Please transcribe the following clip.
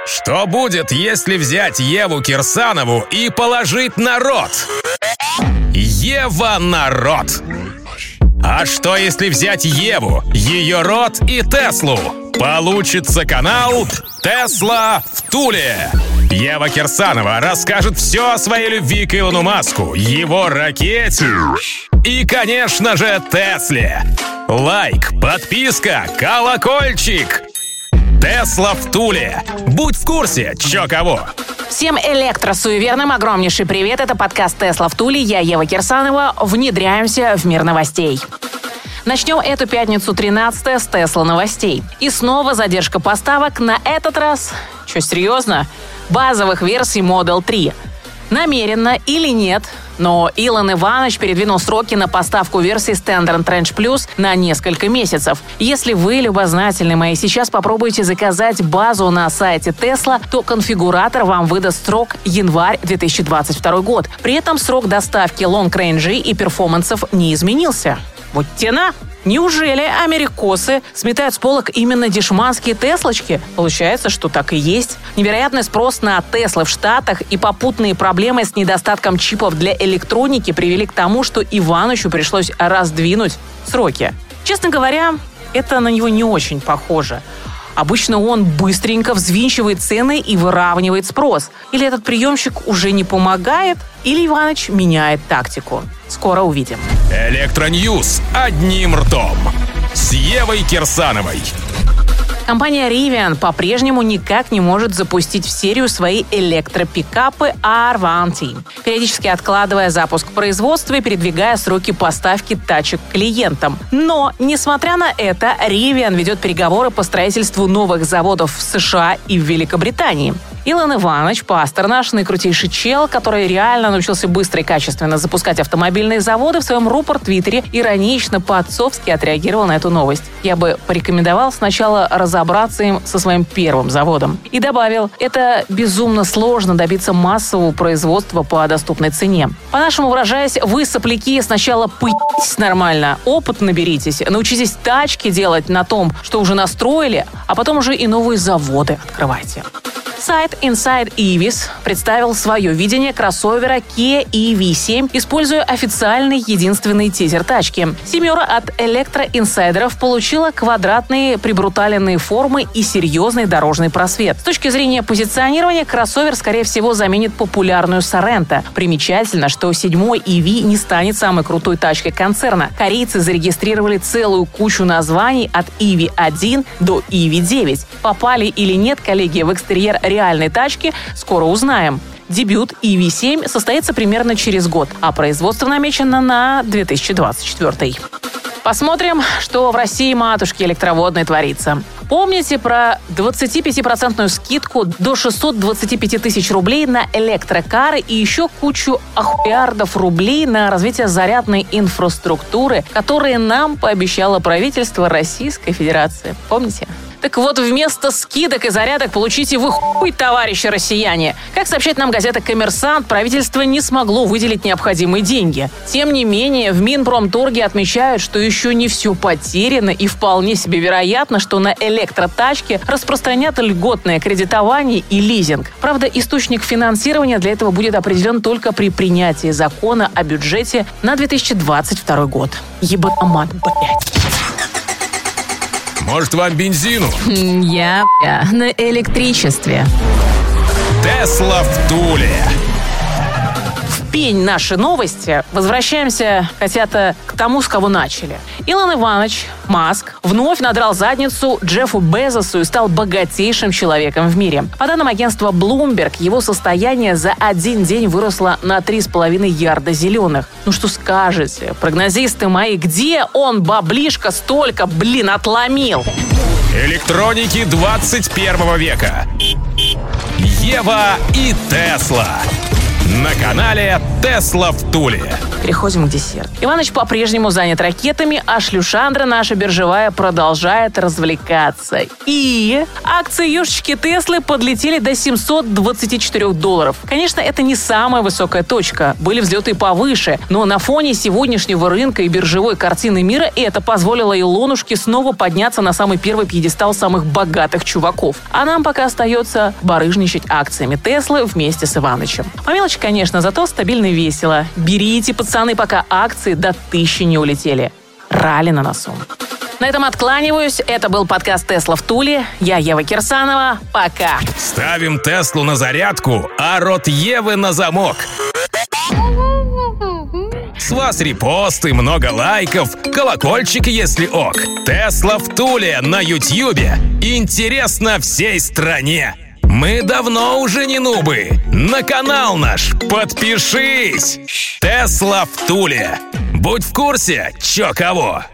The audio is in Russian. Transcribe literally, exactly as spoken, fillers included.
Что будет, если взять Еву Кирсанову и положить на рот? Ева на рот. А что, если взять Еву, ее рот и Теслу? Получится канал «Тесла в Туле». Ева Кирсанова расскажет все о своей любви к Илону Маску, его ракете и, конечно же, Тесле. Лайк, подписка, колокольчик. Тесла в Туле. Будь в курсе, чё кого. Всем электросуеверным огромнейший привет. Это подкаст «Тесла в Туле». Я Ева Кирсанова. Внедряемся в мир новостей. Начнем эту пятницу тринадцатое с Тесла новостей. И снова задержка поставок. На этот раз, что, серьезно? Базовых версий Model три. Намеренно или нет, но Илон Иванович передвинул сроки на поставку версии Standard Range Plus на несколько месяцев. Если вы любознательны мои, сейчас попробуйте заказать базу на сайте Tesla, то конфигуратор вам выдаст срок январь две тысячи двадцать второй год. При этом срок доставки лонг-рейнджей и перформансов не изменился. Вот тена! Неужели америкосы сметают с полок именно дешманские теслочки? Получается, что так и есть. Невероятный спрос на Теслы в Штатах и попутные проблемы с недостатком чипов для электроники привели к тому, что Иванычу пришлось раздвинуть сроки. Честно говоря, это на него не очень похоже. Обычно он быстренько взвинчивает цены и выравнивает спрос. Или этот приемщик уже не помогает, или Иваныч меняет тактику. Скоро увидим. Электроньюз одним ртом с Евой Кирсановой. Компания Rivian по-прежнему никак не может запустить в серию свои электропикапы ар один ти, периодически откладывая запуск производства и передвигая сроки поставки тачек клиентам. Но, несмотря на это, Rivian ведет переговоры по строительству новых заводов в США и в Великобритании. Илон Иванович, пастор наш, наикрутейший чел, который реально научился быстро и качественно запускать автомобильные заводы, в своем рупор-твиттере иронично по-отцовски отреагировал на эту новость. Я бы порекомендовал сначала разобраться им со своим первым заводом. И добавил, это безумно сложно добиться массового производства по доступной цене. По-нашему выражаясь, вы, сопляки, сначала пы***тесь нормально, опыт наберитесь, научитесь тачки делать на том, что уже настроили, а потом уже и новые заводы открывайте. Сайт Inside и ви эс представил свое видение кроссовера Kia и ви семь, используя официальный единственный тизер тачки. Семера от электроинсайдеров получила квадратные прибруталенные формы и серьезный дорожный просвет. С точки зрения позиционирования, кроссовер, скорее всего, заменит популярную Sorento. Примечательно, что седьмой и ви не станет самой крутой тачкой концерна. Корейцы зарегистрировали целую кучу названий от и ви один до и ви девять. Попали или нет, коллеги, в экстерьер реальной тачки, скоро узнаем. Дебют и ви семь состоится примерно через год, а производство намечено на две тысячи двадцать четвёртый. Посмотрим, что в России, матушки электроводной, творится. Помните про двадцатипятипроцентную скидку до шестьсот двадцать пять тысяч рублей на электрокары и еще кучу ахуярдов рублей на развитие зарядной инфраструктуры, которые нам пообещало правительство Российской Федерации? Помните? Так вот, вместо скидок и зарядок получите вы хуй, товарищи россияне. Как сообщает нам газета «Коммерсант», правительство не смогло выделить необходимые деньги. Тем не менее, в Минпромторге отмечают, что еще не все потеряно и вполне себе вероятно, что на электротачке распространят льготное кредитование и лизинг. Правда, источник финансирования для этого будет определен только при принятии закона о бюджете на две тысячи двадцать второй год. Ебаномат, блядь. Может, вам бензину? Я, я на электричестве. Тесла в Туле. В пень наши новости. Возвращаемся, хотя-то, к тому, с кого начали. Илон Иванович Маск вновь надрал задницу Джеффу Безосу и стал богатейшим человеком в мире. По данным агентства Bloomberg, его состояние за один день выросло на три с половиной ярда зеленых. Ну что скажете, прогнозисты мои, где он баблишко столько, блин, отломил? Электроники двадцать первого века. Ева и Тесла. На канале Тесла в Туле. Переходим к десерту. Иваныч по-прежнему занят ракетами, а шлюшандра наша биржевая продолжает развлекаться. И акции ёшечки Теслы подлетели до семьсот двадцать четыре долларов. Конечно, это не самая высокая точка. Были взлеты и повыше. Но на фоне сегодняшнего рынка и биржевой картины мира это позволило Илонушке снова подняться на самый первый пьедестал самых богатых чуваков. А нам пока остается барыжничать акциями Теслы вместе с Иванычем. По мелочи, конечно, зато стабильно и весело. Берите, пацаны, пока акции до тысячи не улетели. Ралли на носу. На этом откланиваюсь. Это был подкаст «Тесла в Туле». Я Ева Кирсанова. Пока. Ставим Теслу на зарядку, а рот Евы на замок. С вас репосты, много лайков, колокольчик, если ок. Тесла в Туле на Ютьюбе. Интересно всей стране. Мы давно уже не нубы. На канал наш подпишись. Тесла в Туле. Будь в курсе, чё кого.